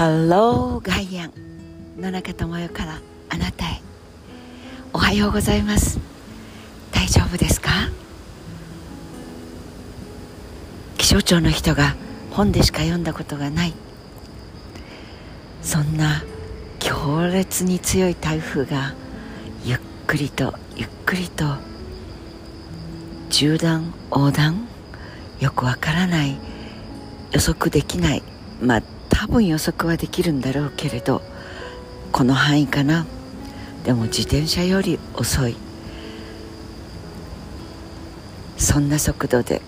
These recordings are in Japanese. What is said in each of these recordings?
ハローガイアン野中智代からあなたへ。おはようございます。大丈夫ですか？気象庁の人が本でしか読んだことがない、そんな強烈に強い台風がゆっくりとゆっくりと縦断横断、よくわからない、予測できない、多分予測はできるんだろうけれど、この範囲かな。でも自転車より遅い、そんな速度で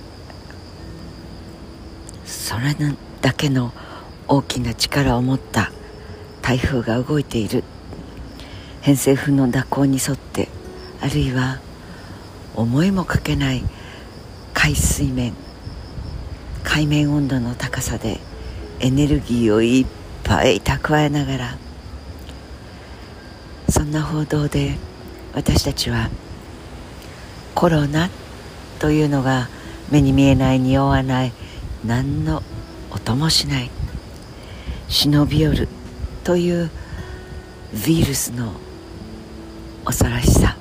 それだけの大きな力を持った台風が動いている。偏西風の蛇行に沿って、あるいは思いもかけない海面温度の高さでエネルギーをいっぱい蓄えながら、そんな報道で私たちはコロナというのが目に見えない、匂わない、何の音もしない、忍び寄るというウイルスの恐ろしさ、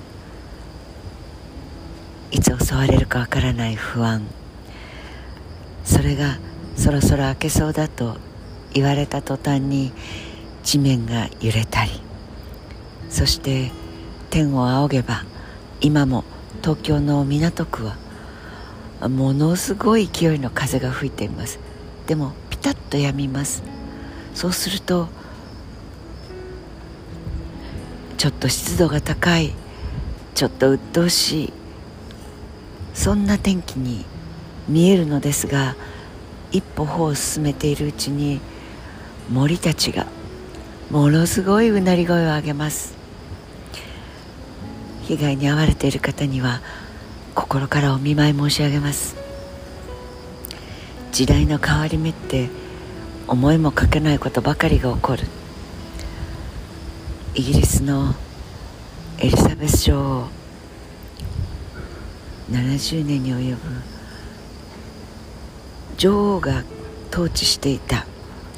いつ襲われるかわからない不安、それがそろそろ明けそうだと言われた途端に地面が揺れたり、そして天を仰げば今も東京の港区はものすごい勢いの風が吹いています。でもピタッと止みます。そうするとちょっと湿度が高い、ちょっと鬱陶しい、そんな天気に見えるのですが、一歩歩を進めているうちに森たちがものすごいうなり声を上げます。被害に遭われている方には心からお見舞い申し上げます。時代の変わり目って思いもかけないことばかりが起こる。イギリスのエリザベス女王、70年に及ぶ女王が統治していた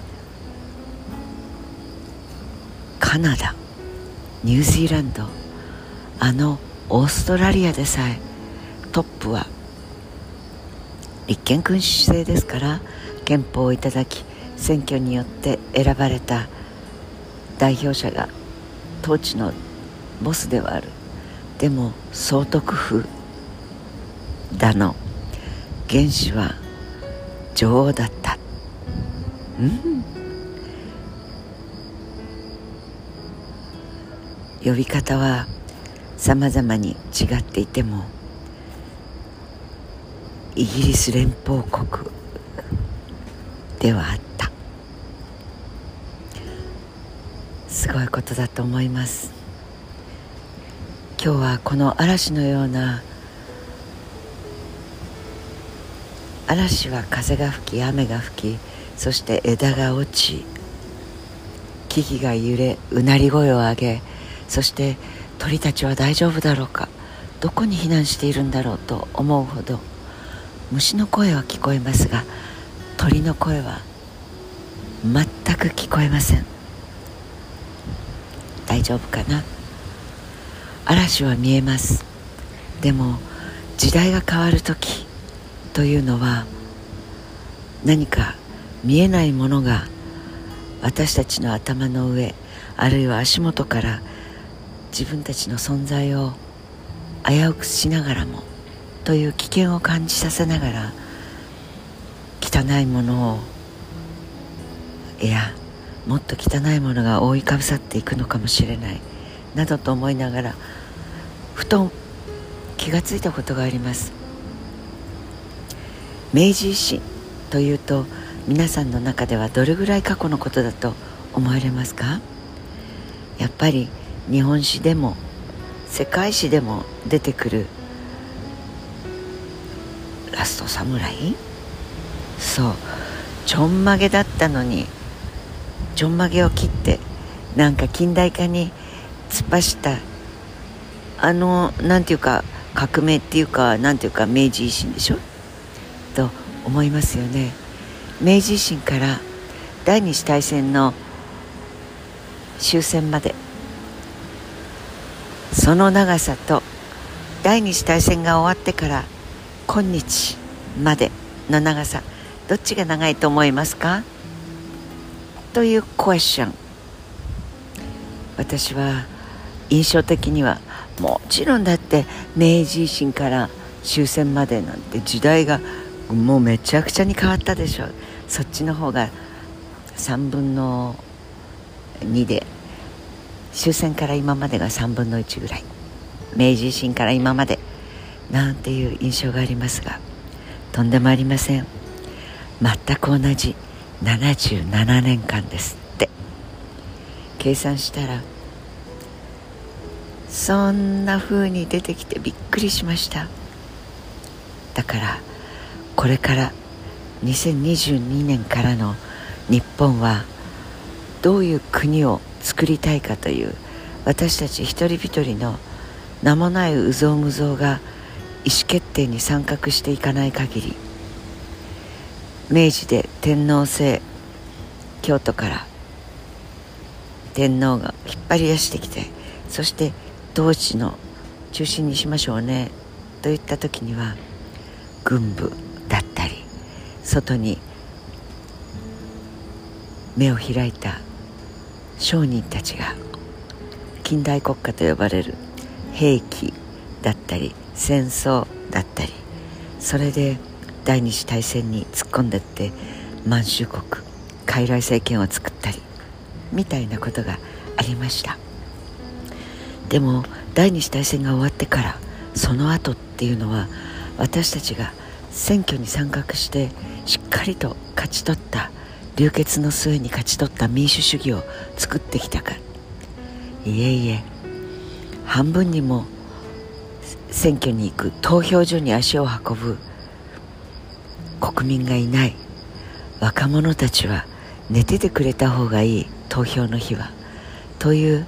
カナダ、ニュージーランド、オーストラリアでさえトップは立憲君主制ですから、憲法をいただき選挙によって選ばれた代表者が統治のボスではある。でも総督府だの元首は女王だった。呼び方は様々に違っていても、イギリス連邦国ではあった。すごいことだと思います。今日はこの嵐のような、嵐は風が吹き雨が吹き、そして枝が落ち、木々が揺れ、うなり声を上げ、そして鳥たちは大丈夫だろうか、どこに避難しているんだろうと思うほど、虫の声は聞こえますが鳥の声は全く聞こえません。大丈夫かな。嵐は見えます。でも時代が変わるときというのは、何か見えないものが私たちの頭の上、あるいは足元から自分たちの存在を危うくしながらもという危険を感じさせながら、汚いものを、もっと汚いものが覆いかぶさっていくのかもしれないなどと思いながら、ふと気がついたことがあります。明治維新というと、皆さんの中ではどれぐらい過去のことだと思われますか？やっぱり日本史でも世界史でも出てくるラストサムライ、そう、ちょんまげだったのにちょんまげを切ってなんか近代化に突っ走ったなんていうか革命っていうか、なんていうか明治維新でしょと思いますよね。明治維新から第二次大戦の終戦まで、その長さと第二次大戦が終わってから今日までの長さ、どっちが長いと思いますかというクエスチョン。私は印象的には、もちろんだって明治維新から終戦までなんて時代がもうめちゃくちゃに変わったでしょう。そっちの方が3分の2で、終戦から今までが3分の1ぐらい、明治維新から今までなんていう印象がありますが、とんでもありません。全く同じ77年間ですって。計算したらそんな風に出てきてびっくりしました。だからこれから2022年からの日本はどういう国を作りたいかという、私たち一人一人の名もないうぞうむぞうが意思決定に参画していかない限り、明治で天皇制、京都から天皇が引っ張り出してきて、そして統治の中心にしましょうねといった時には、軍部だったり外に目を開いた商人たちが近代国家と呼ばれる兵器だったり戦争だったり、それで第二次大戦に突っ込んでって満州国傀儡政権を作ったりみたいなことがありました。でも第二次大戦が終わってから、その後っていうのは、私たちが選挙に参画してしっかりと勝ち取った、流血の末に勝ち取った民主主義を作ってきたか。いえいえ、半分にも選挙に行く、投票所に足を運ぶ国民がいない。若者たちは寝ててくれた方がいい、投票の日はという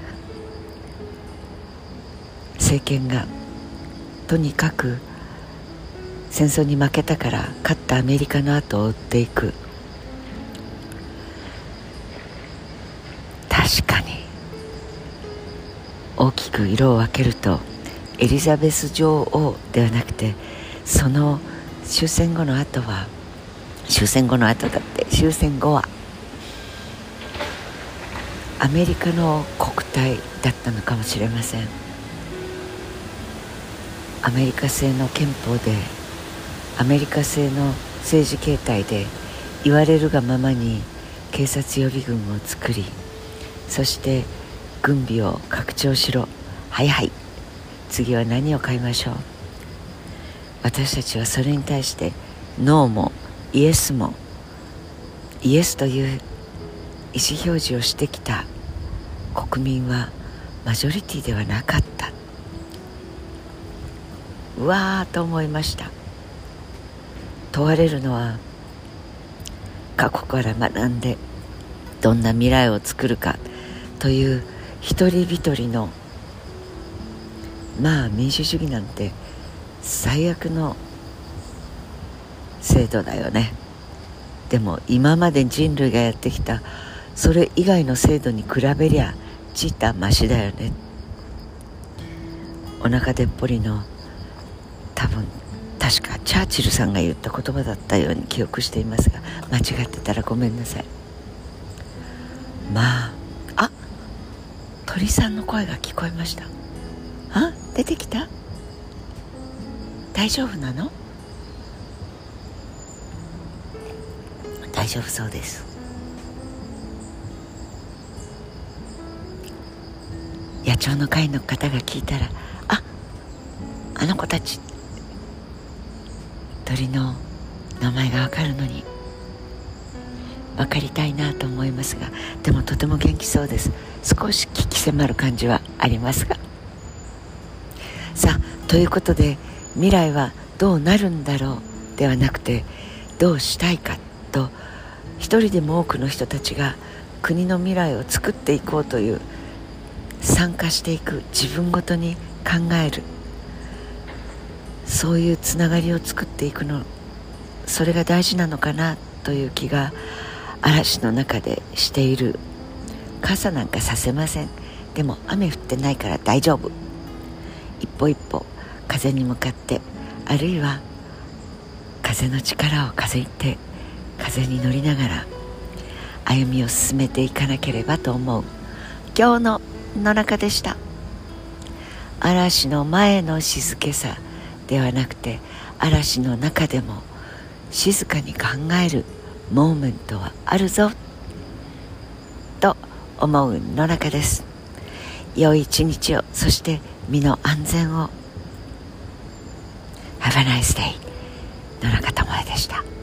政権が、とにかく戦争に負けたから勝ったアメリカの後を追っていく。確かに大きく色を分けると、エリザベス女王ではなくて、その終戦後の後は、終戦後の後だって、終戦後はアメリカの国体だったのかもしれません。アメリカ製の憲法で、アメリカ製の政治形態で、言われるがままに警察予備軍を作り、そして軍備を拡張しろ、はいはい、次は何を買いましょう。私たちはそれに対してノーもイエスも、イエスという意思表示をしてきた国民はマジョリティではなかった。うわーと思いました。問われるのは、過去から学んでどんな未来を作るかという一人一人の、民主主義なんて最悪の制度だよね。でも今まで人類がやってきたそれ以外の制度に比べりゃちったマシだよね。お腹でっぽりの、確かチャーチルさんが言った言葉だったように記憶していますが、間違ってたらごめんなさい。鳥さんの声が聞こえました。出てきた？大丈夫なの？大丈夫そうです。野鳥の会の方が聞いたら、あの子たち、鳥の名前がわかるのに分かりたいなと思いますが、でもとても元気そうです。少し鬼気迫る感じはありますが、さあ、ということで、未来はどうなるんだろうではなくて、どうしたいかと、一人でも多くの人たちが国の未来を作っていこうという、参加していく、自分ごとに考える、そういうつながりを作っていくの、それが大事なのかなという気が嵐の中でしている。傘なんかさせません。でも雨降ってないから大丈夫。一歩一歩風に向かって、あるいは風の力を風って風に乗りながら歩みを進めていかなければと思う今日の野中でした。嵐の前の静けさではなくて、嵐の中でも静かに考えるモーメントはあるぞと思う野中です。良い一日を、そして身の安全を。Have a nice day。野中智恵でした。